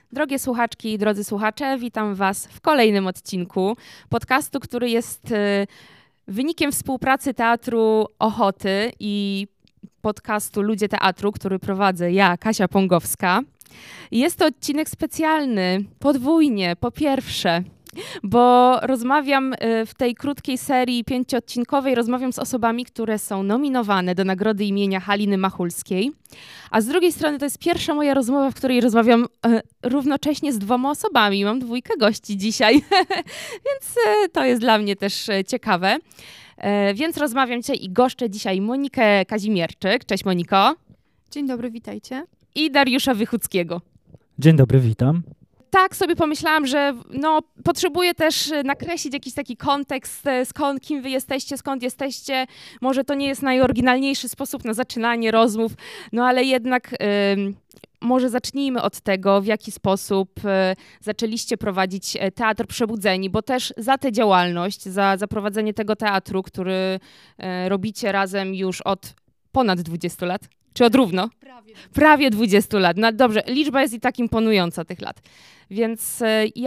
Drogie słuchaczki i drodzy słuchacze, witam Was w kolejnym odcinku podcastu, który jest wynikiem współpracy Teatru Ochoty i podcastu Ludzie Teatru, który prowadzę ja, Kasia Pongowska. Jest to odcinek specjalny, podwójnie, po pierwsze, bo rozmawiam w tej krótkiej serii 5-odcinkowej, rozmawiam z osobami, które są nominowane do nagrody imienia Haliny Machulskiej, a z drugiej strony to jest pierwsza moja rozmowa, w której rozmawiam równocześnie z 2 osobami. Mam 2 gości dzisiaj, więc to jest dla mnie też ciekawe. Więc rozmawiam dzisiaj i goszczę dzisiaj Monikę Kazimierczyk. Cześć Moniko. Dzień dobry, witajcie. I Dariusza Wychuckiego. Dzień dobry, witam. Tak sobie pomyślałam, że potrzebuję też nakreślić jakiś taki kontekst, kim wy jesteście, skąd jesteście. Może to nie jest najoryginalniejszy sposób na zaczynanie rozmów, ale jednak może zacznijmy od tego, w jaki sposób zaczęliście prowadzić Teatr Przebudzeni, bo też za tę działalność, za prowadzenie tego teatru, który robicie razem już od ponad 20 lat, czy od równo? Prawie 20 lat. No dobrze, liczba jest i tak imponująca tych lat. Więc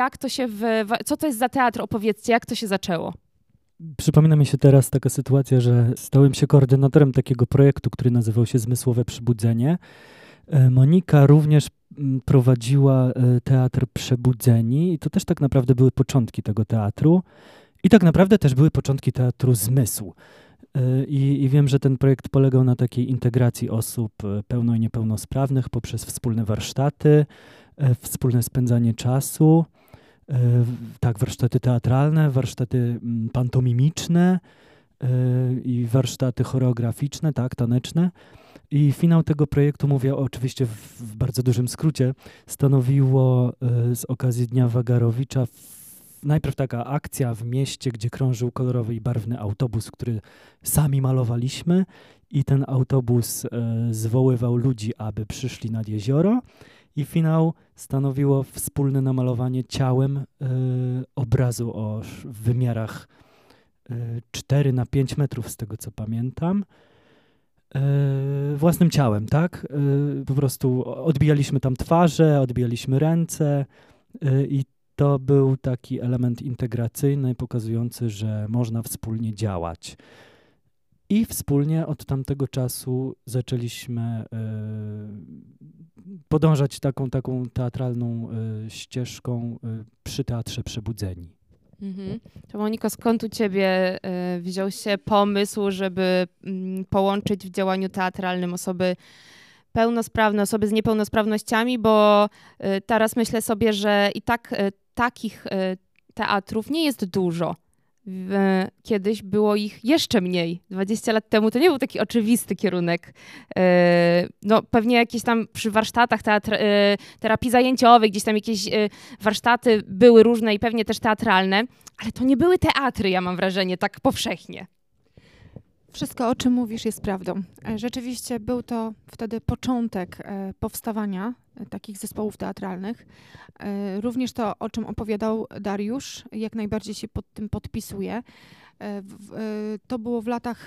co to jest za teatr? Opowiedzcie, jak to się zaczęło? Przypomina mi się teraz taka sytuacja, że stałem się koordynatorem takiego projektu, który nazywał się Zmysłowe Przebudzenie. Monika również prowadziła Teatr Przebudzeni i to też tak naprawdę były początki tego teatru i tak naprawdę też były początki Teatru Zmysł. I wiem, że ten projekt polegał na takiej integracji osób pełno- i niepełnosprawnych poprzez wspólne warsztaty, wspólne spędzanie czasu, warsztaty teatralne, warsztaty pantomimiczne i warsztaty choreograficzne, taneczne. I finał tego projektu, mówię oczywiście w bardzo dużym skrócie, stanowiło z okazji Dnia Wagarowicza najpierw taka akcja w mieście, gdzie krążył kolorowy i barwny autobus, który sami malowaliśmy i ten autobus zwoływał ludzi, aby przyszli nad jezioro i finał stanowiło wspólne namalowanie ciałem obrazu o wymiarach 4 na 5 metrów, z tego co pamiętam. Własnym ciałem, tak? Po prostu odbijaliśmy tam twarze, odbijaliśmy ręce i to był taki element integracyjny, pokazujący, że można wspólnie działać. I wspólnie od tamtego czasu zaczęliśmy podążać taką teatralną ścieżką przy Teatrze Przebudzeni. To Moniko, skąd u ciebie wziął się pomysł, żeby połączyć w działaniu teatralnym osoby pełnosprawne, osoby z niepełnosprawnościami, bo teraz myślę sobie, że i tak takich teatrów nie jest dużo. Kiedyś było ich jeszcze mniej. 20 lat temu to nie był taki oczywisty kierunek. Pewnie jakieś tam przy warsztatach terapii zajęciowej, gdzieś tam jakieś warsztaty były różne i pewnie też teatralne, ale to nie były teatry, ja mam wrażenie, tak powszechnie. Wszystko, o czym mówisz, jest prawdą. Rzeczywiście był to wtedy początek powstawania takich zespołów teatralnych. Również to, o czym opowiadał Dariusz, jak najbardziej się pod tym podpisuje. To było w latach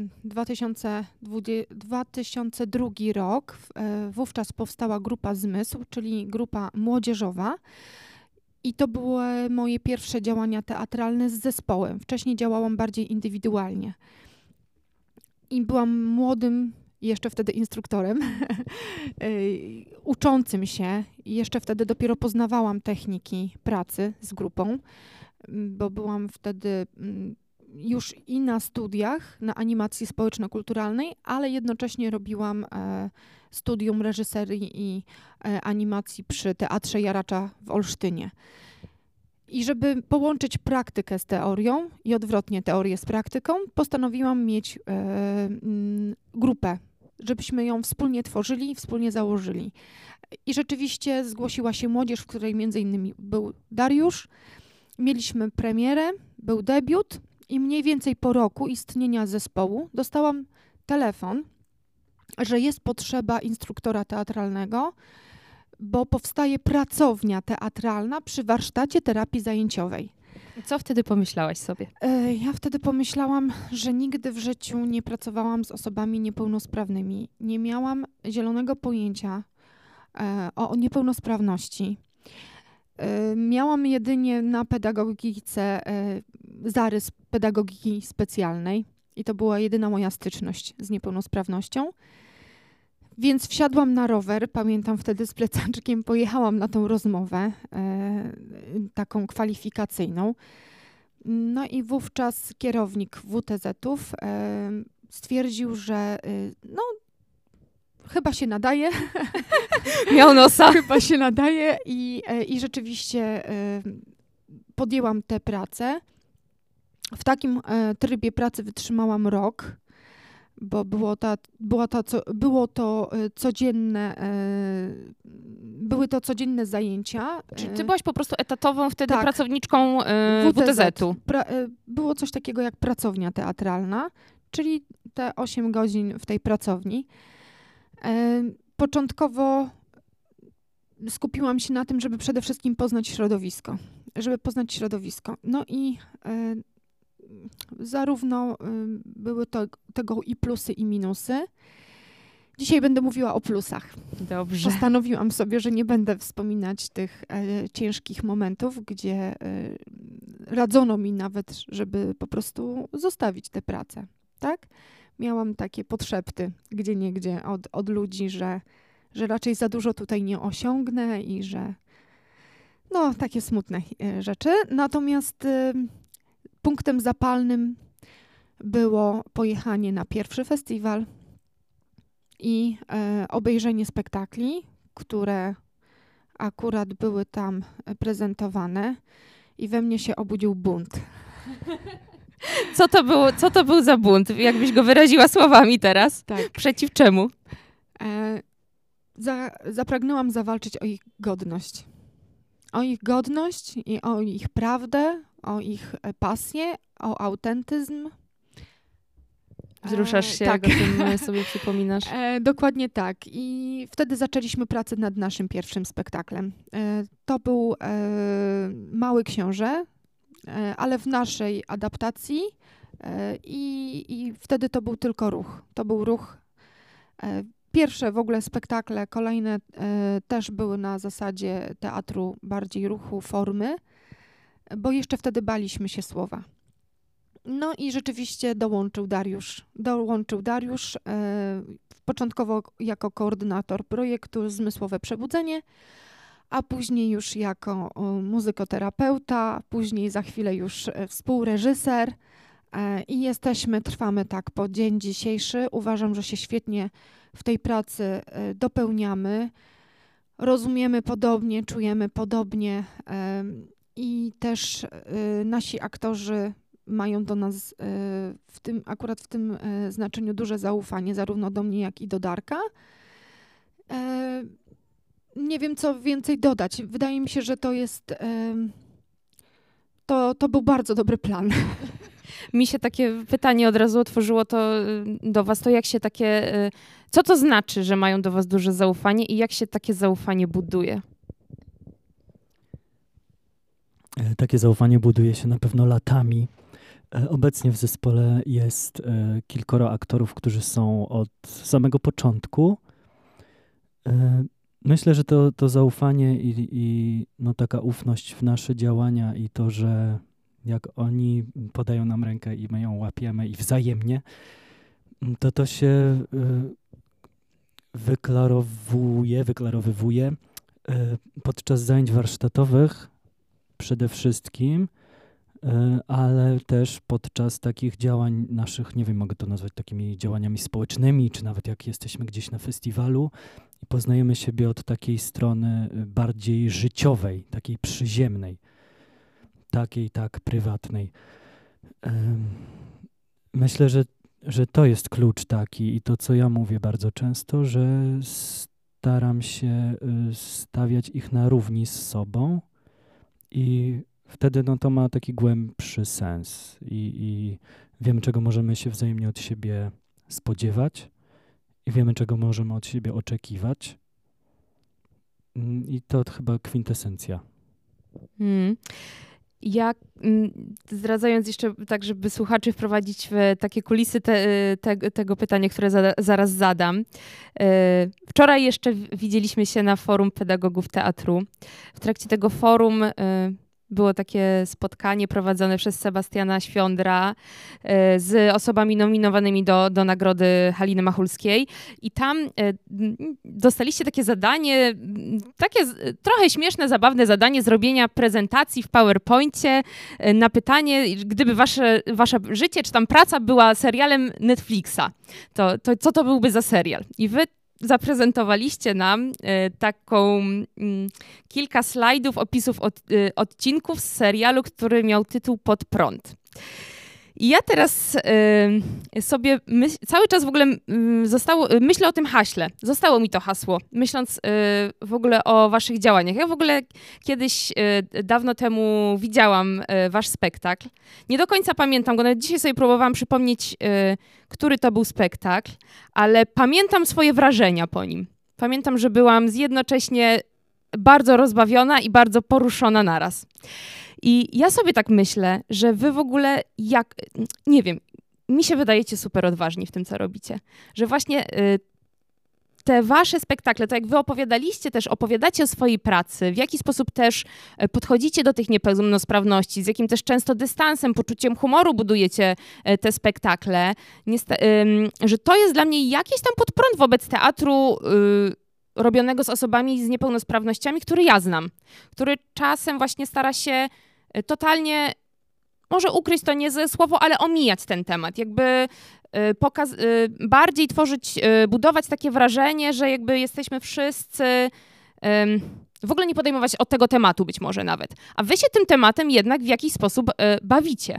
2002 rok. Wówczas powstała grupa Zmysł, czyli grupa młodzieżowa. I to były moje pierwsze działania teatralne z zespołem. Wcześniej działałam bardziej indywidualnie. I byłam młodym, jeszcze wtedy instruktorem, uczącym się. I jeszcze wtedy dopiero poznawałam techniki pracy z grupą, bo byłam wtedy już i na studiach, na animacji społeczno-kulturalnej, ale jednocześnie robiłam studium reżyserii i animacji przy Teatrze Jaracza w Olsztynie. I żeby połączyć praktykę z teorią i odwrotnie teorię z praktyką, postanowiłam mieć grupę, żebyśmy ją wspólnie tworzyli, wspólnie założyli. I rzeczywiście zgłosiła się młodzież, w której między innymi był Dariusz. Mieliśmy premierę, był debiut i mniej więcej po roku istnienia zespołu dostałam telefon, że jest potrzeba instruktora teatralnego, bo powstaje pracownia teatralna przy warsztacie terapii zajęciowej. Co wtedy pomyślałaś sobie? Ja wtedy pomyślałam, że nigdy w życiu nie pracowałam z osobami niepełnosprawnymi. Nie miałam zielonego pojęcia o niepełnosprawności. Miałam jedynie na pedagogice zarys pedagogiki specjalnej i to była jedyna moja styczność z niepełnosprawnością. Więc wsiadłam na rower, pamiętam wtedy z plecaczkiem, pojechałam na tą rozmowę taką kwalifikacyjną. No i wówczas kierownik WTZ-ów stwierdził, że no chyba się nadaje. Miał nosa. Chyba się nadaje i rzeczywiście podjęłam tę pracę. W takim trybie pracy wytrzymałam rok, bo były to codzienne zajęcia. Czyli ty byłaś po prostu etatową wtedy tak, pracowniczką WTZ-u. Było coś takiego jak pracownia teatralna, czyli te 8 godzin w tej pracowni. Początkowo skupiłam się na tym, żeby przede wszystkim poznać środowisko. No i zarówno były tego i plusy, i minusy. Dzisiaj będę mówiła o plusach. Dobrze. Postanowiłam sobie, że nie będę wspominać tych ciężkich momentów, gdzie radzono mi nawet, żeby po prostu zostawić tę pracę. Tak? Miałam takie podszepty gdzieniegdzie od ludzi, że raczej za dużo tutaj nie osiągnę i że no takie smutne rzeczy. Natomiast punktem zapalnym było pojechanie na pierwszy festiwal i obejrzenie spektakli, które akurat były tam prezentowane i we mnie się obudził bunt. Co to był za bunt? Jakbyś go wyraziła słowami teraz? Tak. Przeciw czemu? Zapragnęłam zawalczyć o ich godność. O ich godność i o ich prawdę, o ich pasję, o autentyzm. Wzruszasz się, tak. jak o tym sobie przypominasz. Dokładnie tak. I wtedy zaczęliśmy pracę nad naszym pierwszym spektaklem. To był Mały Książę, ale w naszej adaptacji i wtedy to był tylko ruch. To był ruch. Pierwsze w ogóle spektakle, kolejne też były na zasadzie teatru bardziej ruchu, formy, bo jeszcze wtedy baliśmy się słowa. No i rzeczywiście dołączył Dariusz początkowo jako koordynator projektu Zmysłowe Przebudzenie, a później już jako muzykoterapeuta, później za chwilę już współreżyser i trwamy tak po dzień dzisiejszy. Uważam, że się świetnie w tej pracy dopełniamy, rozumiemy podobnie, czujemy podobnie i też nasi aktorzy mają do nas akurat w tym znaczeniu duże zaufanie, zarówno do mnie, jak i do Darka. Nie wiem, co więcej dodać. Wydaje mi się, że to jest... To był bardzo dobry plan. Mi się takie pytanie od razu otworzyło to do was, to jak się takie... Co to znaczy, że mają do was duże zaufanie i jak się takie zaufanie buduje? Takie zaufanie buduje się na pewno latami. Obecnie w zespole jest kilkoro aktorów, którzy są od samego początku. Myślę, że to zaufanie i no taka ufność w nasze działania i to, że jak oni podają nam rękę i my ją łapiemy i wzajemnie, to się wyklarowywuje podczas zajęć warsztatowych przede wszystkim, ale też podczas takich działań naszych, nie wiem, mogę to nazwać takimi działaniami społecznymi, czy nawet jak jesteśmy gdzieś na festiwalu i poznajemy siebie od takiej strony bardziej życiowej, takiej przyziemnej, takiej tak prywatnej. Myślę, że to jest klucz taki i to, co ja mówię bardzo często, że staram się stawiać ich na równi z sobą i wtedy no, to ma taki głębszy sens i wiemy, czego możemy się wzajemnie od siebie spodziewać i wiemy, czego możemy od siebie oczekiwać. I to chyba kwintesencja. Zdradzając jeszcze tak, żeby słuchaczy wprowadzić w takie kulisy tego pytania, które zaraz zadam. Wczoraj jeszcze widzieliśmy się na forum pedagogów teatru. W trakcie tego forum było takie spotkanie prowadzone przez Sebastiana Świądra z osobami nominowanymi do nagrody Haliny Machulskiej i tam dostaliście takie zadanie, takie trochę śmieszne, zabawne zadanie zrobienia prezentacji w PowerPoincie na pytanie, gdyby wasze życie czy tam praca była serialem Netflixa, to co to byłby za serial? I wy zaprezentowaliście nam kilka slajdów, opisów odcinków z serialu, który miał tytuł Pod prąd. I ja teraz sobie cały czas w ogóle myślę o tym haśle. Zostało mi to hasło, myśląc w ogóle o waszych działaniach. Ja w ogóle kiedyś, dawno temu widziałam wasz spektakl. Nie do końca pamiętam go, nawet dzisiaj sobie próbowałam przypomnieć, który to był spektakl, ale pamiętam swoje wrażenia po nim. Pamiętam, że byłam jednocześnie bardzo rozbawiona i bardzo poruszona naraz. I ja sobie tak myślę, że wy w ogóle nie wiem, mi się wydajecie super odważni w tym, co robicie. Że właśnie te wasze spektakle, to jak wy opowiadacie o swojej pracy, w jaki sposób też podchodzicie do tych niepełnosprawności, z jakim też często dystansem, poczuciem humoru budujecie te spektakle, że to jest dla mnie jakiś tam podprąd wobec teatru robionego z osobami z niepełnosprawnościami, który ja znam, który czasem właśnie stara się totalnie, może ukryć to nie ze słowo, ale omijać ten temat, jakby bardziej budować takie wrażenie, że jakby jesteśmy wszyscy, w ogóle nie podejmować od tego tematu być może nawet, a wy się tym tematem jednak w jakiś sposób bawicie.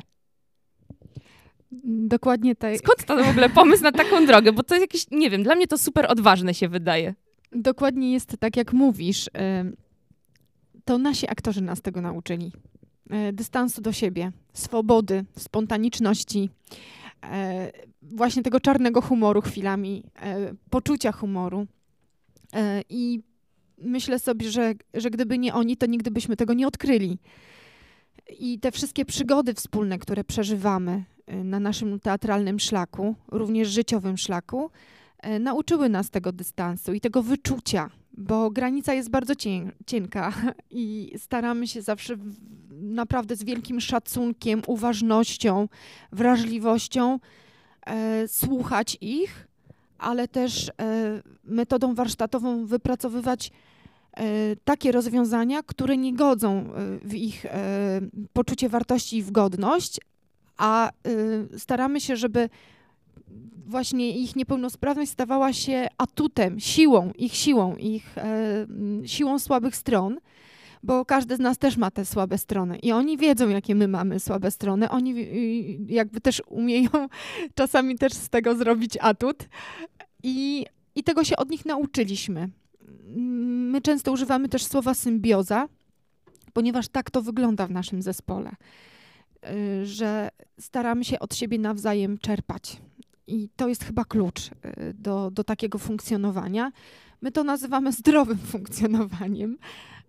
Dokładnie tak. Skąd to w ogóle pomysł na taką drogę? Bo to jest jakieś, nie wiem, dla mnie to super odważne się wydaje. Dokładnie jest tak, jak mówisz. To nasi aktorzy nas tego nauczyli. Dystansu do siebie, swobody, spontaniczności, właśnie tego czarnego humoru chwilami, poczucia humoru. I myślę sobie, że gdyby nie oni, to nigdy byśmy tego nie odkryli. I te wszystkie przygody wspólne, które przeżywamy na naszym teatralnym szlaku, również życiowym szlaku, nauczyły nas tego dystansu i tego wyczucia, bo granica jest bardzo cienka i staramy się zawsze naprawdę z wielkim szacunkiem, uważnością, wrażliwością słuchać ich, ale też metodą warsztatową wypracowywać takie rozwiązania, które nie godzą w ich poczucie wartości i w godność, a staramy się, żeby właśnie ich niepełnosprawność stawała się atutem, siłą słabych stron, bo każdy z nas też ma te słabe strony i oni wiedzą, jakie my mamy słabe strony. Oni jakby też umieją czasami też z tego zrobić atut i tego się od nich nauczyliśmy. My często używamy też słowa symbioza, ponieważ tak to wygląda w naszym zespole, że staramy się od siebie nawzajem czerpać. I to jest chyba klucz do takiego funkcjonowania. My to nazywamy zdrowym funkcjonowaniem.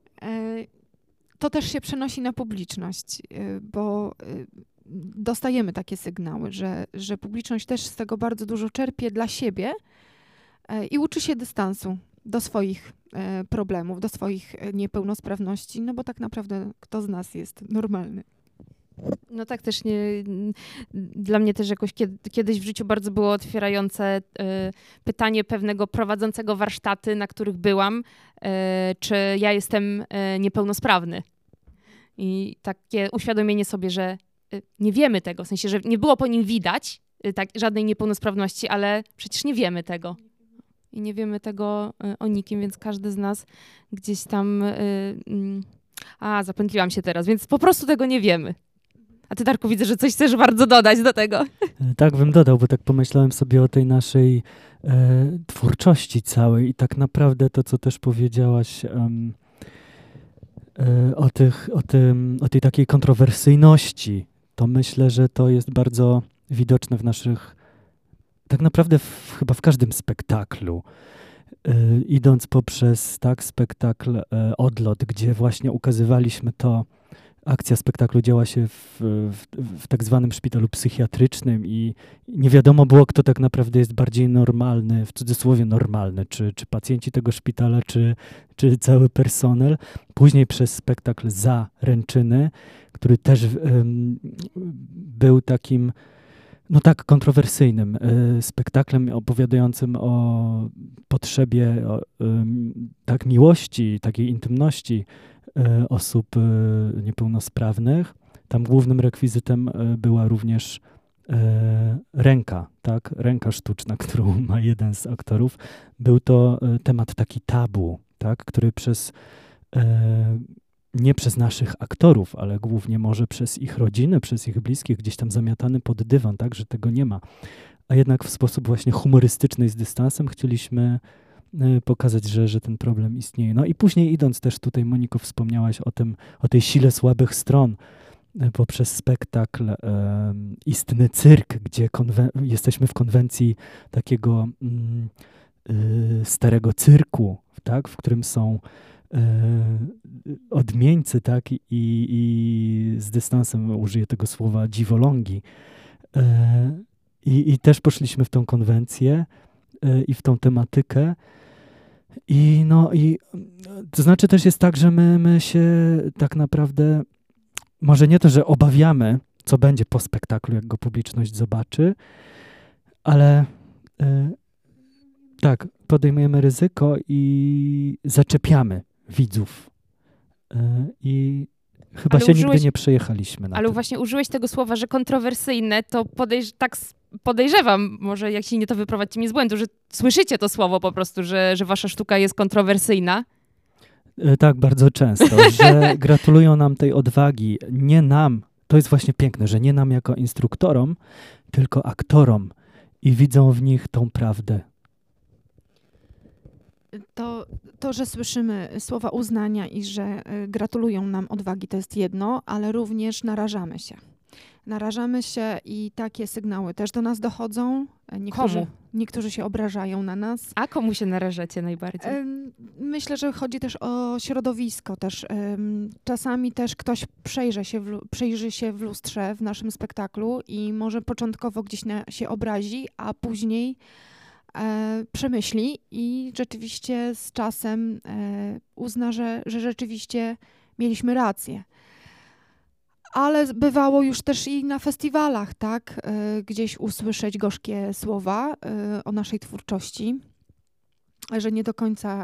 To też się przenosi na publiczność, bo dostajemy takie sygnały, że publiczność też z tego bardzo dużo czerpie dla siebie i uczy się dystansu do swoich problemów, do swoich niepełnosprawności, no bo tak naprawdę kto z nas jest normalny. No tak, też dla mnie też jakoś kiedyś w życiu bardzo było otwierające pytanie pewnego prowadzącego warsztaty, na których byłam, czy ja jestem niepełnosprawny. I takie uświadomienie sobie, że nie wiemy tego, w sensie, że nie było po nim widać żadnej niepełnosprawności, ale przecież nie wiemy tego. I nie wiemy tego o nikim, więc każdy z nas gdzieś tam... zapętliłam się teraz, więc po prostu tego nie wiemy. A ty, Darku, widzę, że coś chcesz bardzo dodać do tego. Tak bym dodał, bo tak pomyślałem sobie o tej naszej twórczości całej i tak naprawdę to, co też powiedziałaś o tej takiej kontrowersyjności, to myślę, że to jest bardzo widoczne w naszych, tak naprawdę chyba w każdym spektaklu. Idąc poprzez spektakl Odlot, gdzie właśnie ukazywaliśmy to, akcja spektaklu działa się w tak zwanym szpitalu psychiatrycznym i nie wiadomo było, kto tak naprawdę jest bardziej normalny, w cudzysłowie normalny, czy pacjenci tego szpitala, czy cały personel. Później przez spektakl Zaręczyny, który też był takim tak kontrowersyjnym spektaklem opowiadającym o potrzebie tak miłości, takiej intymności osób niepełnosprawnych. Tam głównym rekwizytem była również ręka, tak? Ręka sztuczna, którą ma jeden z aktorów. Był to temat taki tabu, tak? Który nie przez naszych aktorów, ale głównie może przez ich rodziny, przez ich bliskich, gdzieś tam zamiatany pod dywan, tak, że tego nie ma. A jednak w sposób właśnie humorystyczny i z dystansem chcieliśmy pokazać, że ten problem istnieje. No i później idąc też tutaj, Moniko, wspomniałaś o tej sile słabych stron poprzez spektakl Istny Cyrk, gdzie jesteśmy w konwencji takiego starego cyrku, tak, w którym są odmieńcy, tak, i z dystansem użyję tego słowa dziwolągi. I też poszliśmy w tą konwencję i w tą tematykę. I to znaczy też jest tak, że my się tak naprawdę, może nie to, że obawiamy, co będzie po spektaklu, jak go publiczność zobaczy, ale tak, podejmujemy ryzyko i zaczepiamy widzów. I chyba się nigdy nie przejechaliśmy na Ale tym. właśnie użyłeś tego słowa, że kontrowersyjne, to podejrzewam, może jak się nie to wyprowadźcie mnie z błędu, że słyszycie to słowo po prostu, że wasza sztuka jest kontrowersyjna. Tak, bardzo często, że gratulują nam tej odwagi, nie nam, to jest właśnie piękne, że nie nam jako instruktorom, tylko aktorom i widzą w nich tą prawdę. To, że słyszymy słowa uznania i że gratulują nam odwagi, to jest jedno, ale również narażamy się. Narażamy się i takie sygnały też do nas dochodzą. Niektórzy się obrażają na nas. A komu się narażacie najbardziej? Myślę, że chodzi też o środowisko. Też, czasami też ktoś przejrzy się w lustrze w naszym spektaklu i może początkowo gdzieś się obrazi, a później przemyśli i rzeczywiście z czasem uzna, że rzeczywiście mieliśmy rację. Ale bywało już też i na festiwalach, tak, gdzieś usłyszeć gorzkie słowa o naszej twórczości, że nie do końca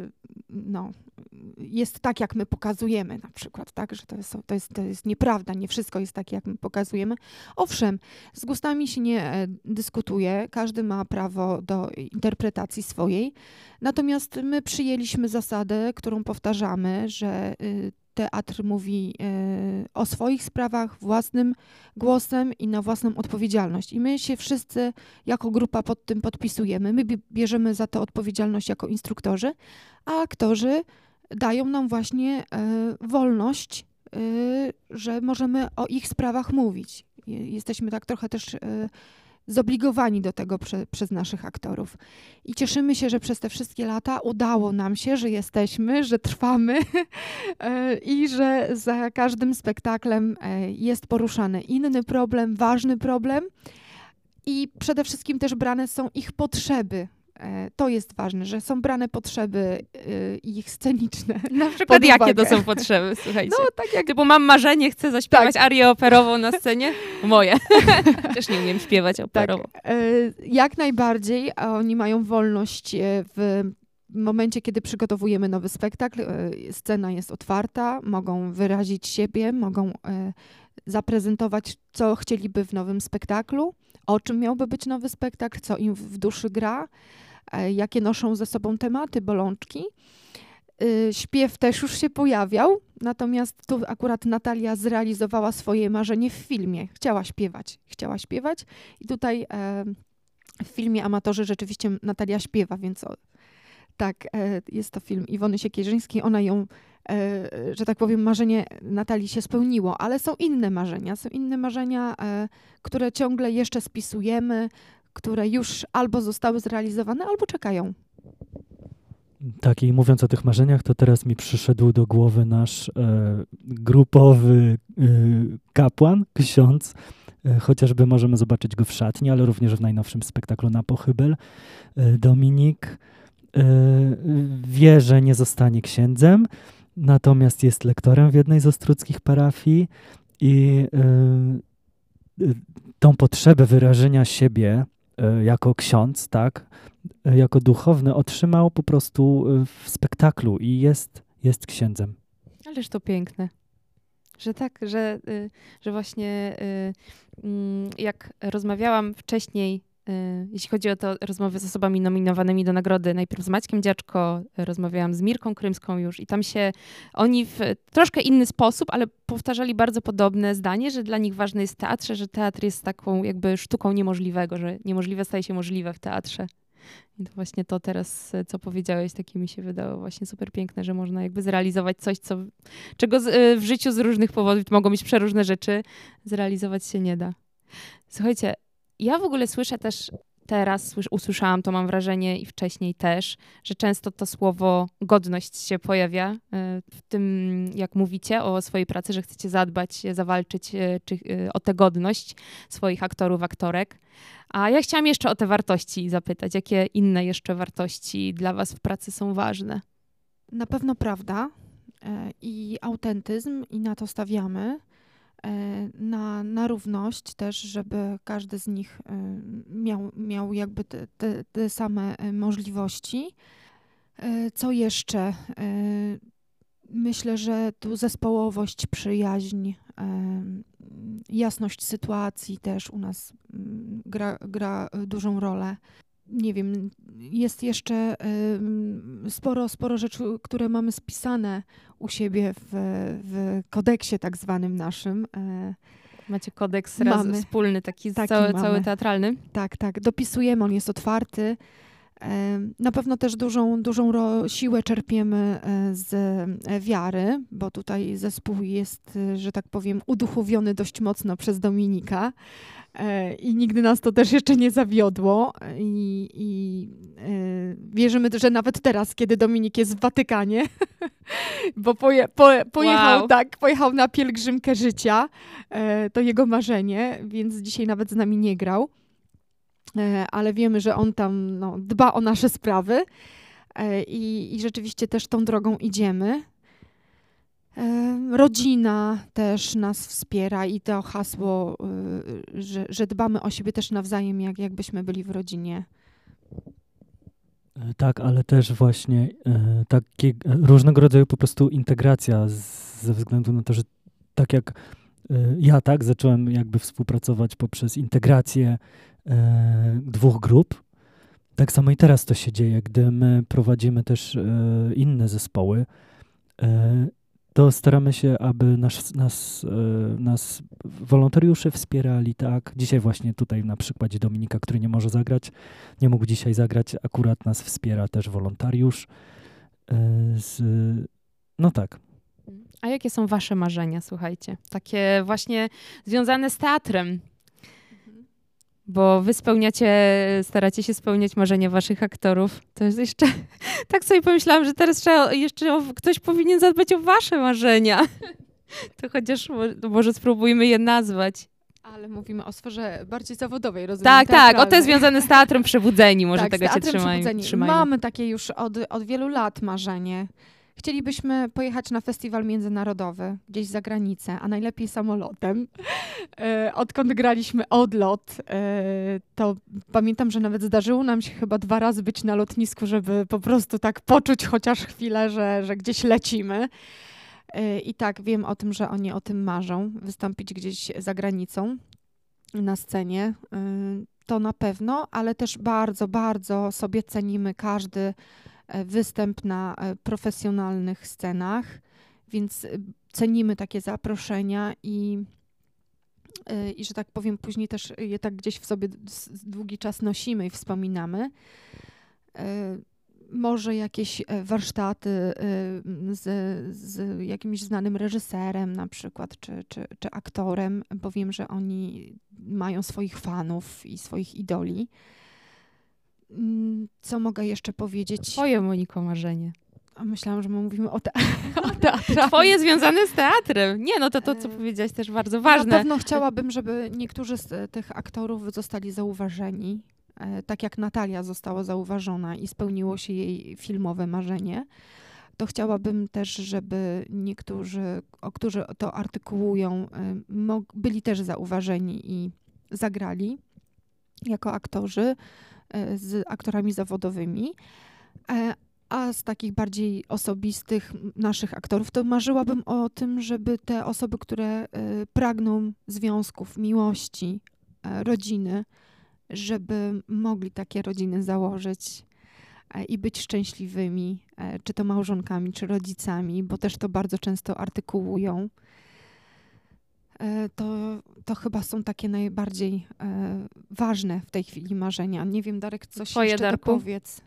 jest tak, jak my pokazujemy na przykład, tak, że to jest nieprawda, nie wszystko jest tak, jak my pokazujemy. Owszem, z gustami się nie dyskutuje, każdy ma prawo do interpretacji swojej, natomiast my przyjęliśmy zasadę, którą powtarzamy, że teatr mówi o swoich sprawach własnym głosem i na własną odpowiedzialność. I my się wszyscy jako grupa pod tym podpisujemy. My bierzemy za to odpowiedzialność jako instruktorzy, a aktorzy dają nam właśnie wolność, że możemy o ich sprawach mówić. Jesteśmy tak trochę też zobligowani do tego przez naszych aktorów. I cieszymy się, że przez te wszystkie lata udało nam się, że jesteśmy, że trwamy i że za każdym spektaklem jest poruszany inny problem, ważny problem i przede wszystkim też brane są ich potrzeby. To jest ważne, że są brane potrzeby ich sceniczne. Na przykład jakie to są potrzeby, słuchajcie? No, tak jak... Typu mam marzenie, chcę zaśpiewać arię operową na scenie? Moje. Też nie umiem śpiewać operowo. Tak, jak najbardziej. Oni mają wolność w momencie, kiedy przygotowujemy nowy spektakl. Scena jest otwarta, mogą wyrazić siebie, mogą zaprezentować, co chcieliby w nowym spektaklu, o czym miałby być nowy spektakl, co im w duszy gra, jakie noszą ze sobą tematy, bolączki. Śpiew też już się pojawiał, natomiast tu akurat Natalia zrealizowała swoje marzenie w filmie. Chciała śpiewać i tutaj w filmie Amatorzy rzeczywiście Natalia śpiewa, więc tak, jest to film Iwony Siekierzyńskiej. Ona ją, że tak powiem, marzenie Natalii się spełniło, ale są inne marzenia, które ciągle jeszcze spisujemy, które już albo zostały zrealizowane, albo czekają. Tak, i mówiąc o tych marzeniach, to teraz mi przyszedł do głowy nasz grupowy kapłan, ksiądz. Chociażby możemy zobaczyć go w szatni, ale również w najnowszym spektaklu na Pochybel. Dominik wie, że nie zostanie księdzem, natomiast jest lektorem w jednej z ostródzkich parafii i tą potrzebę wyrażenia siebie jako ksiądz, tak, jako duchowny otrzymał po prostu w spektaklu i jest księdzem. Ależ to piękne. Że tak, że właśnie jak rozmawiałam wcześniej, jeśli chodzi o to rozmowy z osobami nominowanymi do nagrody, najpierw z Maćkiem Dziaczko, rozmawiałam z Mirką Krymską już i tam się oni w troszkę inny sposób, ale powtarzali bardzo podobne zdanie, że dla nich ważny jest teatr, że teatr jest taką jakby sztuką niemożliwego, że niemożliwe staje się możliwe w teatrze. I to właśnie to teraz, co powiedziałeś, takie mi się wydało właśnie super piękne, że można jakby zrealizować coś, czego w życiu z różnych powodów, mogą być przeróżne rzeczy, zrealizować się nie da. Słuchajcie, ja w ogóle słyszę też teraz, usłyszałam to, mam wrażenie, i wcześniej też, że często to słowo godność się pojawia w tym, jak mówicie o swojej pracy, że chcecie zadbać, zawalczyć o tę godność swoich aktorów, aktorek. A ja chciałam jeszcze o te wartości zapytać. Jakie inne jeszcze wartości dla was w pracy są ważne? Na pewno prawda i autentyzm i na to stawiamy. Na równość też, żeby każdy z nich miał jakby te same możliwości. Co jeszcze? Myślę, że tu zespołowość, przyjaźń, jasność sytuacji też u nas gra dużą rolę. Nie wiem, jest jeszcze sporo rzeczy, które mamy spisane u siebie w kodeksie tak zwanym naszym. Macie kodeks wspólny, taki cały teatralny? Tak. Dopisujemy, on jest otwarty. Na pewno też dużą siłę czerpiemy z wiary, bo tutaj zespół jest, że tak powiem, uduchowiony dość mocno przez Dominika i nigdy nas to też jeszcze nie zawiodło i wierzymy, że nawet teraz, kiedy Dominik jest w Watykanie, bo pojechał, wow. pojechał na pielgrzymkę życia, to jego marzenie, więc dzisiaj nawet z nami nie grał. Ale wiemy, że on tam dba o nasze sprawy i rzeczywiście też tą drogą idziemy. Rodzina też nas wspiera i to hasło, że dbamy o siebie też nawzajem, jakbyśmy byli w rodzinie. Tak, ale też właśnie takie różnego rodzaju po prostu integracja ze względu na to, że tak jak ja zacząłem jakby współpracować poprzez integrację dwóch grup. Tak samo i teraz to się dzieje, gdy my prowadzimy też inne zespoły, to staramy się, aby nas wolontariusze wspierali, tak? Dzisiaj właśnie tutaj na przykładzie Dominika, który nie mógł dzisiaj zagrać, akurat nas wspiera też wolontariusz. No tak. A jakie są wasze marzenia, słuchajcie? Takie właśnie związane z teatrem. Bo wy staracie się spełniać marzenia waszych aktorów. To jest jeszcze, tak sobie pomyślałam, że teraz ktoś powinien zadbać o wasze marzenia. To chociaż może spróbujmy je nazwać. Ale mówimy o sferze bardziej zawodowej, rozumiem? Tak, o to jest związane z Teatrem Przebudzeni, może tak, tego się trzymajmy. Mamy takie już od wielu lat marzenie. Chcielibyśmy pojechać na festiwal międzynarodowy, gdzieś za granicę, a najlepiej samolotem. Odkąd graliśmy Odlot, to pamiętam, że nawet zdarzyło nam się chyba 2 razy być na lotnisku, żeby po prostu tak poczuć chociaż chwilę, że gdzieś lecimy. I tak, wiem o tym, że oni o tym marzą, wystąpić gdzieś za granicą na scenie. To na pewno, ale też bardzo, bardzo sobie cenimy każdy występ na profesjonalnych scenach, więc cenimy takie zaproszenia i że tak powiem, później też je tak gdzieś w sobie długi czas nosimy i wspominamy. Może jakieś warsztaty z jakimś znanym reżyserem na przykład, czy aktorem, bo wiem, że oni mają swoich fanów i swoich idoli. Co mogę jeszcze powiedzieć? Twoje, Moniko, marzenie. A myślałam, że my mówimy o teatrze. Twoje związane z teatrem. Nie, no to co powiedziałaś, też bardzo ważne. Na pewno chciałabym, żeby niektórzy z tych aktorów zostali zauważeni, tak jak Natalia została zauważona i spełniło się jej filmowe marzenie. To chciałabym też, żeby niektórzy, którzy to artykułują, byli też zauważeni i zagrali jako aktorzy z aktorami zawodowymi. A z takich bardziej osobistych naszych aktorów, to marzyłabym o tym, żeby te osoby, które pragną związków, miłości, rodziny, żeby mogli takie rodziny założyć i być szczęśliwymi, czy to małżonkami, czy rodzicami, bo też to bardzo często artykułują. To chyba są takie najbardziej ważne w tej chwili marzenia. Nie wiem, Darek, coś Twoje, jeszcze Darku? dopowiedz.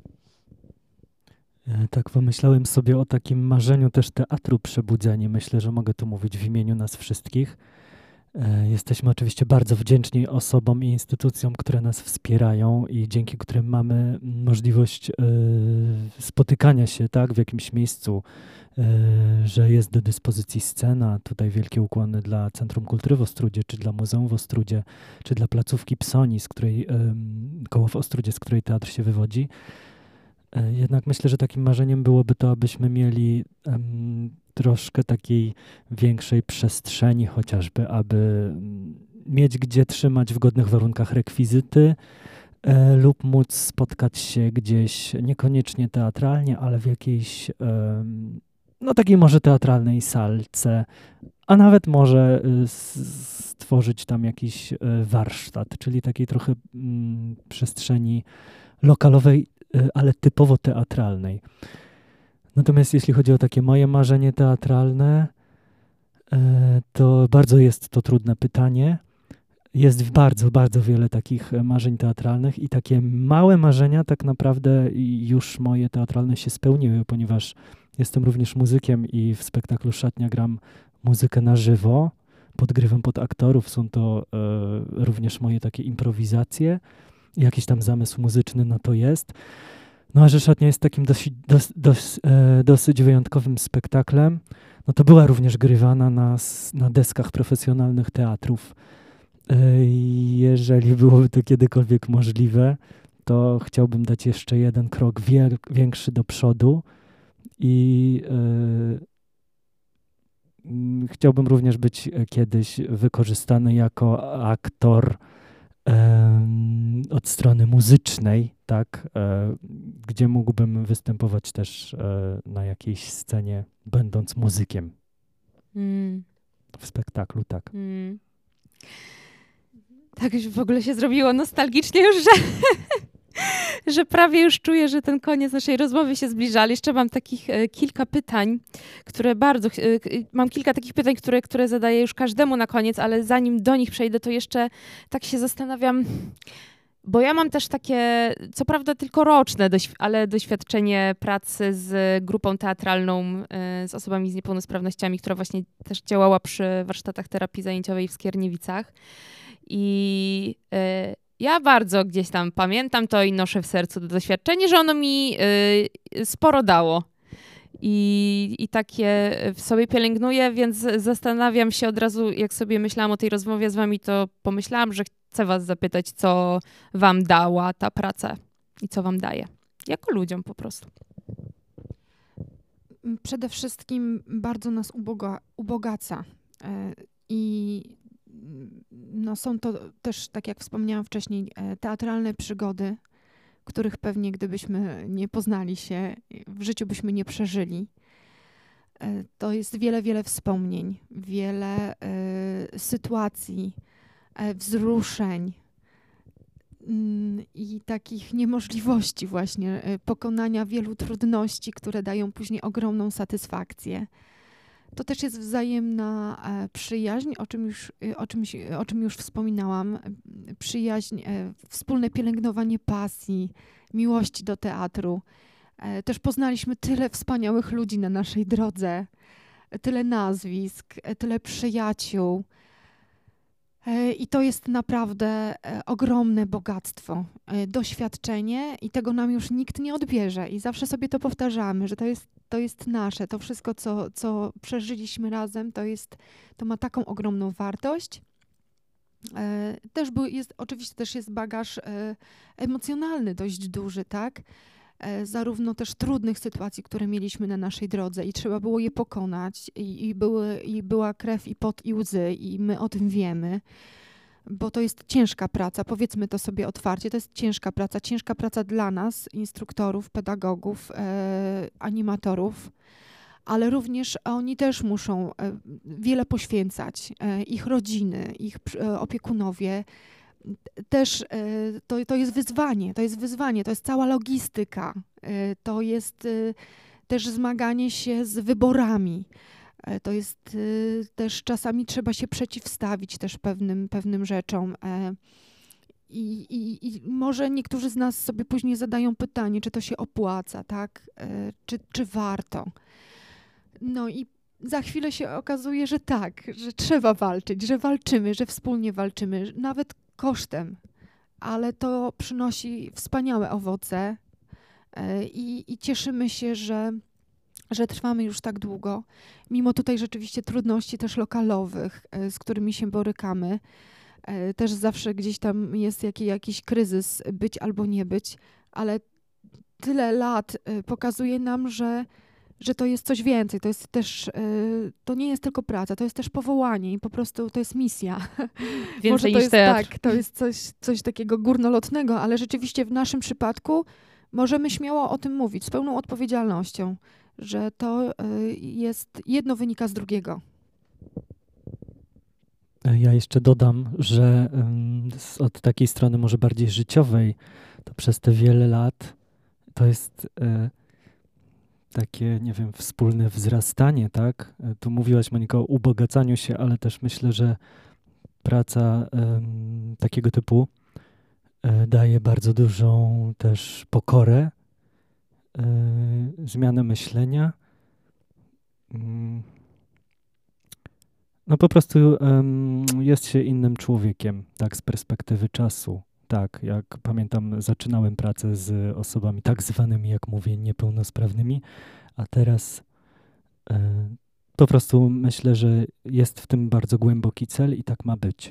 Tak, pomyślałem sobie o takim marzeniu też teatru Przebudzenie. Myślę, że mogę tu mówić w imieniu nas wszystkich. Jesteśmy oczywiście bardzo wdzięczni osobom i instytucjom, które nas wspierają i dzięki którym mamy możliwość spotykania się tak, w jakimś miejscu, że jest do dyspozycji scena. Tutaj wielkie ukłony dla Centrum Kultury w Ostródzie, czy dla Muzeum w Ostródzie, czy dla placówki Psoni, koło w Ostródzie, z której teatr się wywodzi. Jednak myślę, że takim marzeniem byłoby to, abyśmy mieli troszkę takiej większej przestrzeni chociażby, aby mieć gdzie trzymać w godnych warunkach rekwizyty lub móc spotkać się gdzieś niekoniecznie teatralnie, ale w jakiejś takiej może teatralnej salce, a nawet może stworzyć tam jakiś warsztat, czyli takiej trochę przestrzeni lokalowej, ale typowo teatralnej. Natomiast jeśli chodzi o takie moje marzenie teatralne, to bardzo jest to trudne pytanie. Jest bardzo, bardzo wiele takich marzeń teatralnych i takie małe marzenia tak naprawdę już moje teatralne się spełniły, ponieważ jestem również muzykiem i w spektaklu Szatnia gram muzykę na żywo, podgrywam pod aktorów, są to również moje takie improwizacje. Jakiś tam zamysł muzyczny na to jest. No a że Szatnia jest takim dosyć wyjątkowym spektaklem, no to była również grywana na deskach profesjonalnych teatrów. Jeżeli byłoby to kiedykolwiek możliwe, to chciałbym dać jeszcze jeden krok większy do przodu i chciałbym również być kiedyś wykorzystany jako aktor od strony muzycznej, tak, gdzie mógłbym występować też na jakiejś scenie, będąc muzykiem. W spektaklu, tak. Tak już w ogóle się zrobiło nostalgicznie już, że prawie już czuję, że ten koniec naszej rozmowy się zbliża, ale jeszcze mam takich kilka pytań, mam kilka takich pytań, które zadaję już każdemu na koniec, ale zanim do nich przejdę, to jeszcze tak się zastanawiam, bo ja mam też takie, co prawda tylko roczne, ale doświadczenie pracy z grupą teatralną, z osobami z niepełnosprawnościami, która właśnie też działała przy warsztatach terapii zajęciowej w Skierniewicach. I ja bardzo gdzieś tam pamiętam to i noszę w sercu to doświadczenie, że ono mi sporo dało. I takie w sobie pielęgnuję, więc zastanawiam się od razu, jak sobie myślałam o tej rozmowie z wami, to pomyślałam, że chcę was zapytać, co wam dała ta praca i co wam daje. Jako ludziom po prostu. Przede wszystkim bardzo nas ubogaca. I są to też, tak jak wspomniałam wcześniej, teatralne przygody, których pewnie gdybyśmy nie poznali się, w życiu byśmy nie przeżyli. To jest wiele, wiele wspomnień, wiele sytuacji, wzruszeń i takich niemożliwości właśnie, pokonania wielu trudności, które dają później ogromną satysfakcję. To też jest wzajemna przyjaźń, o czym już wspominałam. Przyjaźń, wspólne pielęgnowanie pasji, miłości do teatru. Też poznaliśmy tyle wspaniałych ludzi na naszej drodze, tyle nazwisk, tyle przyjaciół. I to jest naprawdę ogromne bogactwo, doświadczenie i tego nam już nikt nie odbierze. I zawsze sobie to powtarzamy, że to jest nasze. To wszystko, co przeżyliśmy razem, to ma taką ogromną wartość. Oczywiście też jest bagaż emocjonalny dość duży, tak? Zarówno też trudnych sytuacji, które mieliśmy na naszej drodze i trzeba było je pokonać i była krew i pot i łzy i my o tym wiemy, bo to jest ciężka praca, powiedzmy to sobie otwarcie, to jest ciężka praca dla nas, instruktorów, pedagogów, animatorów, ale również oni też muszą wiele poświęcać, ich rodziny, ich opiekunowie. Też to jest wyzwanie, to jest cała logistyka, to jest też zmaganie się z wyborami, to jest też czasami trzeba się przeciwstawić też pewnym rzeczom. I może niektórzy z nas sobie później zadają pytanie, czy to się opłaca, tak? Czy warto? No i za chwilę się okazuje, że tak, że trzeba walczyć, że walczymy, że wspólnie walczymy, nawet kosztem, ale to przynosi wspaniałe owoce i cieszymy się, że trwamy już tak długo, mimo tutaj rzeczywiście trudności też lokalowych, z którymi się borykamy. Też zawsze gdzieś tam jest jakiś kryzys, być albo nie być, ale tyle lat pokazuje nam, że to jest coś więcej, to jest też, to nie jest tylko praca, to jest też powołanie i po prostu to jest misja. Więcej Może to niż jest teatr. tak, to jest coś takiego górnolotnego, ale rzeczywiście w naszym przypadku możemy śmiało o tym mówić z pełną odpowiedzialnością, że to jedno wynika z drugiego. Ja jeszcze dodam, że od takiej strony może bardziej życiowej, to przez te wiele lat to jest takie, nie wiem, wspólne wzrastanie, tak? Tu mówiłaś, Moniko, o ubogacaniu się, ale też myślę, że praca takiego typu daje bardzo dużą też pokorę, zmianę myślenia. No po prostu jest się innym człowiekiem, tak, z perspektywy czasu. Tak, jak pamiętam, zaczynałem pracę z osobami tak zwanymi, jak mówię, niepełnosprawnymi, a teraz po prostu myślę, że jest w tym bardzo głęboki cel i tak ma być.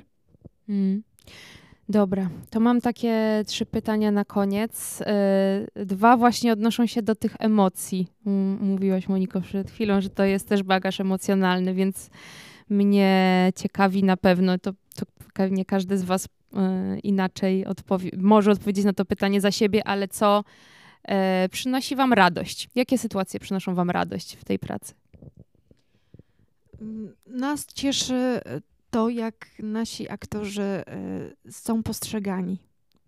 Dobra, to mam takie 3 pytania na koniec. 2 właśnie odnoszą się do tych emocji. Mówiłaś, Moniko, przed chwilą, że to jest też bagaż emocjonalny, więc mnie ciekawi na pewno, to pewnie każdy z was inaczej może odpowiedzieć na to pytanie za siebie, ale co przynosi wam radość? Jakie sytuacje przynoszą wam radość w tej pracy? Nas cieszy to, jak nasi aktorzy są postrzegani,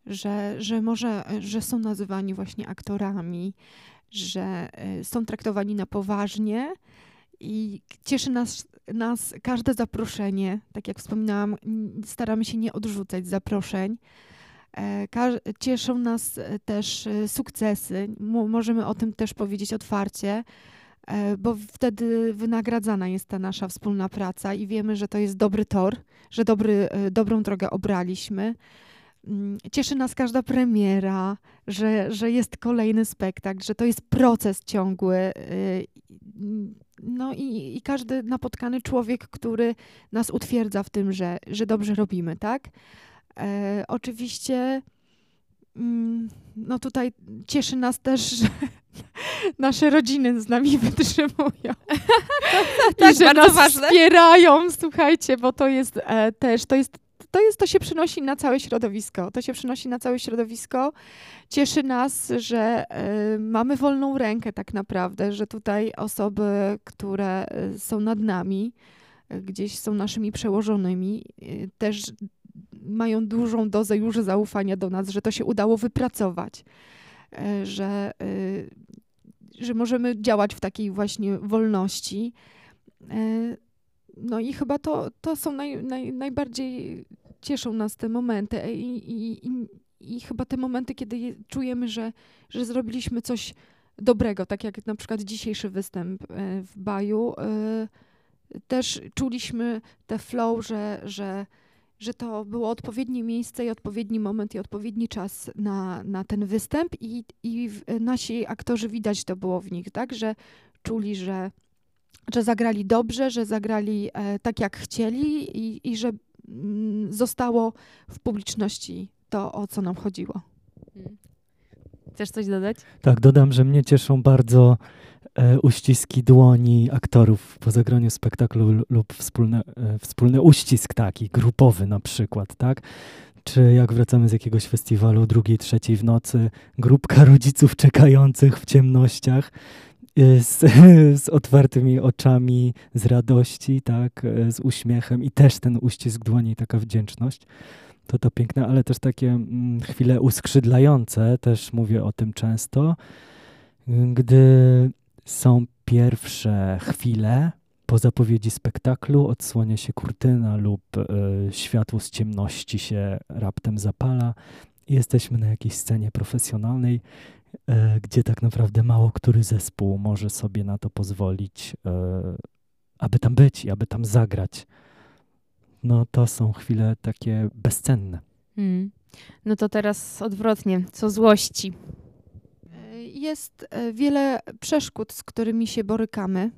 że są nazywani właśnie aktorami, że są traktowani na poważnie i cieszy nas każde zaproszenie. Tak jak wspominałam, staramy się nie odrzucać zaproszeń. Cieszą nas też sukcesy. Możemy o tym też powiedzieć otwarcie, bo wtedy wynagradzana jest ta nasza wspólna praca i wiemy, że to jest dobry tor, że dobrą drogę obraliśmy. Cieszy nas każda premiera, że jest kolejny spektakl, że to jest proces ciągły. No i każdy napotkany człowiek, który nas utwierdza w tym, że dobrze robimy, tak? Oczywiście no tutaj cieszy nas też, że nasze rodziny z nami wytrzymują. Tak, że bardzo nas ważne. wspierają, słuchajcie, bo to jest też, to się przynosi na całe środowisko. To się przynosi na całe środowisko. Cieszy nas, że mamy wolną rękę tak naprawdę, że tutaj osoby, które są nad nami, gdzieś są naszymi przełożonymi, też mają dużą dozę już zaufania do nas, że to się udało wypracować, że możemy działać w takiej właśnie wolności. No i chyba to są najbardziej cieszą nas te momenty i chyba te momenty, kiedy czujemy, że zrobiliśmy coś dobrego, tak jak na przykład dzisiejszy występ w Baju. Też czuliśmy te flow, że że to było odpowiednie miejsce i odpowiedni moment i odpowiedni czas na ten występ i nasi aktorzy, widać to było w nich, tak, że czuli, że zagrali dobrze, że zagrali tak jak chcieli i że zostało w publiczności to, o co nam chodziło. Chcesz coś dodać? Tak, dodam, że mnie cieszą bardzo uściski dłoni aktorów po zagraniu spektaklu lub wspólny uścisk taki, grupowy na przykład, tak? Czy jak wracamy z jakiegoś festiwalu 2., 3 w nocy, grupka rodziców czekających w ciemnościach z otwartymi oczami, z radości, tak? Z uśmiechem i też ten uścisk dłoni, taka wdzięczność. To piękne, ale też takie chwile uskrzydlające, też mówię o tym często, gdy są pierwsze chwile po zapowiedzi spektaklu, odsłania się kurtyna lub światło z ciemności się raptem zapala i jesteśmy na jakiejś scenie profesjonalnej, gdzie tak naprawdę mało który zespół może sobie na to pozwolić, aby tam być i aby tam zagrać. No to są chwile takie bezcenne. No to teraz odwrotnie, co złości? Jest wiele przeszkód, z którymi się borykamy,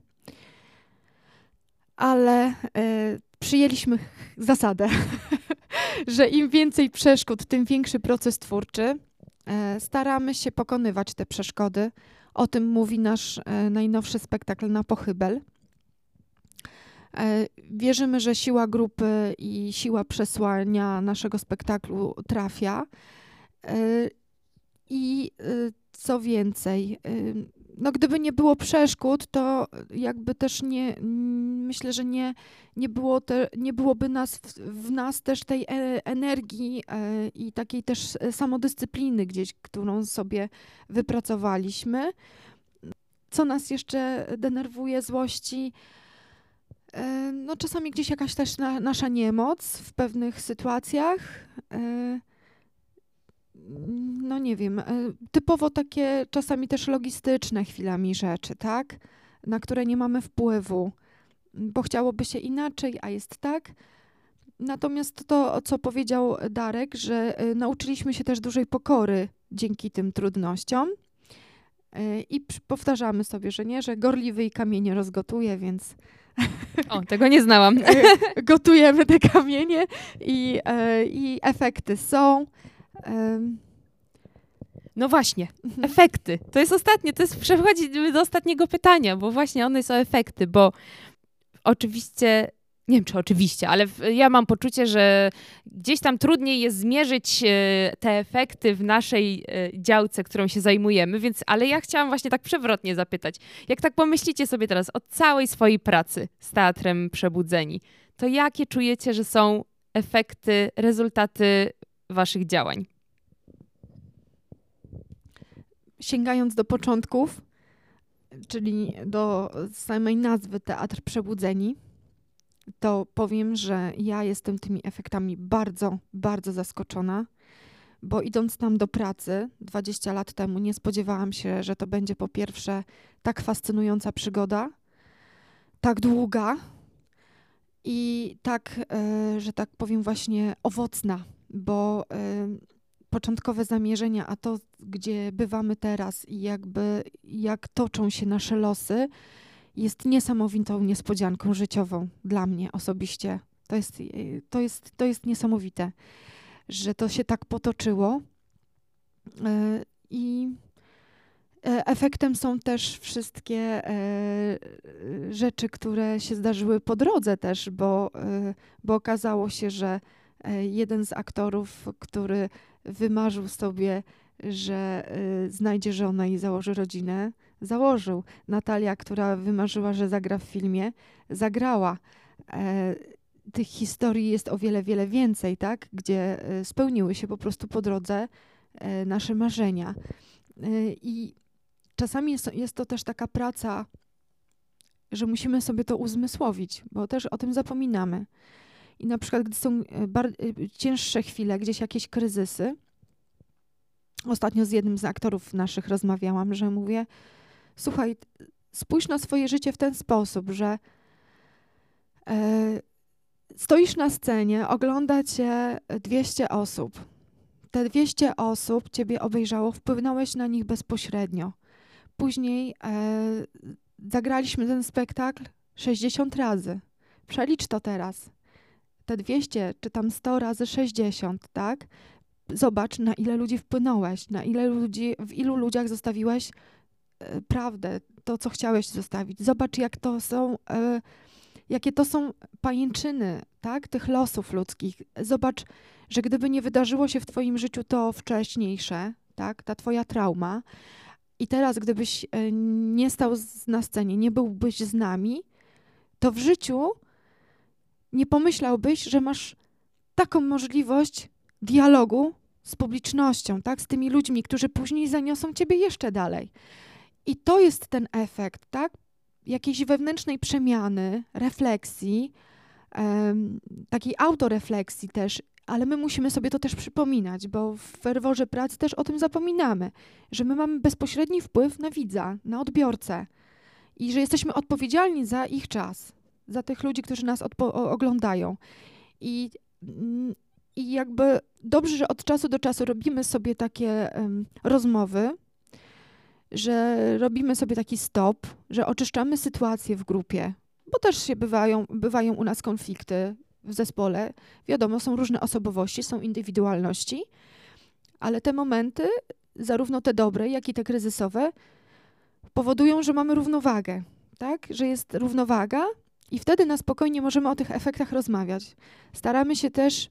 ale przyjęliśmy zasadę, że im więcej przeszkód, tym większy proces twórczy. Staramy się pokonywać te przeszkody. O tym mówi nasz najnowszy spektakl Na pochybel. Wierzymy, że siła grupy i siła przesłania naszego spektaklu trafia. I co więcej, no gdyby nie było przeszkód, to jakby też myślę, że nie byłoby w nas też tej energii i takiej też samodyscypliny gdzieś, którą sobie wypracowaliśmy. Co nas jeszcze denerwuje, złości? No czasami gdzieś jakaś też nasza niemoc w pewnych sytuacjach. No nie wiem, typowo takie czasami też logistyczne chwilami rzeczy, tak? Na które nie mamy wpływu, bo chciałoby się inaczej, a jest tak. Natomiast to, co powiedział Darek, że nauczyliśmy się też dużej pokory dzięki tym trudnościom i powtarzamy sobie, że gorliwy i kamienie rozgotuje, więc... O, tego nie znałam. Gotujemy te kamienie i efekty są. No właśnie, efekty. To jest ostatnie, przechodzimy do ostatniego pytania, bo właśnie one są efekty, bo oczywiście, nie wiem czy oczywiście, ale ja mam poczucie, że gdzieś tam trudniej jest zmierzyć te efekty w naszej działce, którą się zajmujemy, ale ja chciałam właśnie tak przewrotnie zapytać. Jak tak pomyślicie sobie teraz o całej swojej pracy z Teatrem Przebudzeni, to jakie czujecie, że są efekty, rezultaty waszych działań? Sięgając do początków, czyli do samej nazwy Teatr Przebudzeni, to powiem, że ja jestem tymi efektami bardzo, bardzo zaskoczona, bo idąc tam do pracy 20 lat temu nie spodziewałam się, że to będzie po pierwsze tak fascynująca przygoda, tak długa i tak, że tak powiem właśnie owocna, bo początkowe zamierzenia, a to, gdzie bywamy teraz i jak toczą się nasze losy, jest niesamowitą niespodzianką życiową dla mnie osobiście. To jest niesamowite, że to się tak potoczyło. I efektem są też wszystkie rzeczy, które się zdarzyły po drodze też, bo okazało się, że jeden z aktorów, który wymarzył sobie, że znajdzie żonę i założy rodzinę, założył. Natalia, która wymarzyła, że zagra w filmie, zagrała. Tych historii jest o wiele, wiele więcej, tak? Gdzie spełniły się po prostu po drodze nasze marzenia. I czasami jest to też taka praca, że musimy sobie to uzmysłowić, bo też o tym zapominamy. I na przykład, gdy są cięższe chwile, gdzieś jakieś kryzysy, ostatnio z jednym z aktorów naszych rozmawiałam, że mówię, słuchaj, spójrz na swoje życie w ten sposób, że stoisz na scenie, ogląda cię 200 osób. Te 200 osób ciebie obejrzało, wpłynąłeś na nich bezpośrednio. Później zagraliśmy ten spektakl 60 razy. Przelicz to teraz. Te 200, czy tam 100 razy 60, tak? Zobacz, na ile ludzi wpłynąłeś, w ilu ludziach zostawiłeś prawdę, to, co chciałeś zostawić. Zobacz, jakie to są pajęczyny, tak? Tych losów ludzkich. Zobacz, że gdyby nie wydarzyło się w twoim życiu to wcześniejsze, tak? Ta twoja trauma, i teraz gdybyś nie stał na scenie, nie byłbyś z nami, to w życiu nie pomyślałbyś, że masz taką możliwość dialogu z publicznością, tak? Z tymi ludźmi, którzy później zaniosą ciebie jeszcze dalej. I to jest ten efekt, tak? Jakiejś wewnętrznej przemiany, refleksji, takiej autorefleksji też, ale my musimy sobie to też przypominać, bo w ferworze pracy też o tym zapominamy, że my mamy bezpośredni wpływ na widza, na odbiorcę i że jesteśmy odpowiedzialni za ich czas, za tych ludzi, którzy nas oglądają. I jakby dobrze, że od czasu do czasu robimy sobie takie rozmowy, że robimy sobie taki stop, że oczyszczamy sytuację w grupie, bo też się bywają u nas konflikty w zespole. Wiadomo, są różne osobowości, są indywidualności, ale te momenty, zarówno te dobre, jak i te kryzysowe, powodują, że mamy równowagę, tak? Że jest równowaga i wtedy na spokojnie możemy o tych efektach rozmawiać. Staramy się też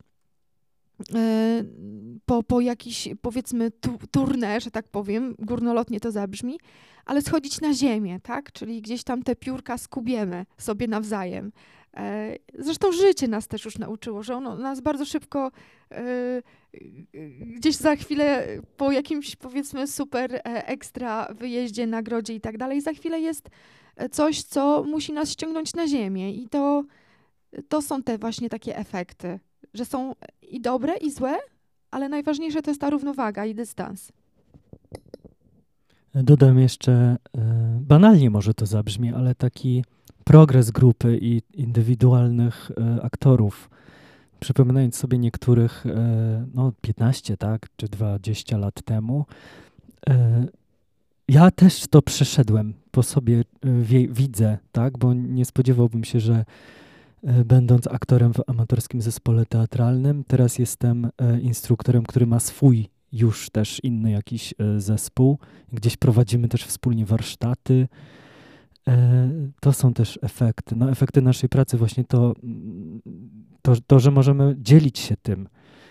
po jakiś, powiedzmy, tournée, że tak powiem, górnolotnie to zabrzmi, ale schodzić na ziemię, tak? Czyli gdzieś tam te piórka skubiemy sobie nawzajem. Zresztą życie nas też już nauczyło, że ono nas bardzo szybko gdzieś za chwilę po jakimś, powiedzmy, super ekstra wyjeździe, nagrodzie i tak dalej, za chwilę jest coś, co musi nas ściągnąć na ziemię i to są te właśnie takie efekty, że są i dobre, i złe, ale najważniejsze to jest ta równowaga i dystans. Dodam jeszcze, banalnie może to zabrzmi, ale taki progres grupy i indywidualnych aktorów, przypominając sobie niektórych, 15, tak, czy 20 lat temu, ja też to przeszedłem, po sobie widzę, tak, bo nie spodziewałbym się, że będąc aktorem w amatorskim zespole teatralnym, teraz jestem instruktorem, który ma swój już też inny jakiś zespół. Gdzieś prowadzimy też wspólnie warsztaty. To są też efekty. No, efekty naszej pracy właśnie to, że możemy dzielić się tym.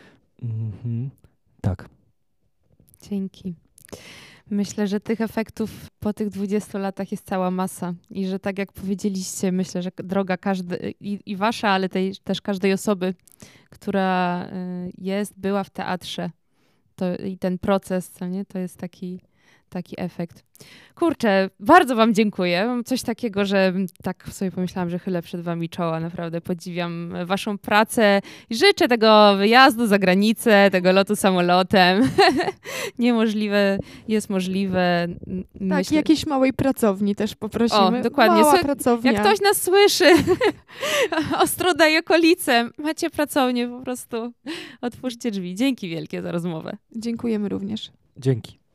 Tak. Dzięki. Myślę, że tych efektów po tych 20 latach jest cała masa i że tak jak powiedzieliście, myślę, że droga każdej i wasza, ale też każdej osoby, która była w teatrze, i ten proces, co nie, to jest taki efekt. Kurczę, bardzo wam dziękuję. Mam coś takiego, że tak sobie pomyślałam, że chylę przed wami czoła. Naprawdę podziwiam waszą pracę i życzę tego wyjazdu za granicę, tego lotu samolotem. Niemożliwe jest możliwe. Tak, jakiejś małej pracowni też poprosimy. O, dokładnie. Mała pracownia. Jak ktoś nas słyszy, Ostróda i okolice, macie pracownię, po prostu otwórzcie drzwi. Dzięki wielkie za rozmowę. Dziękujemy również. Dzięki.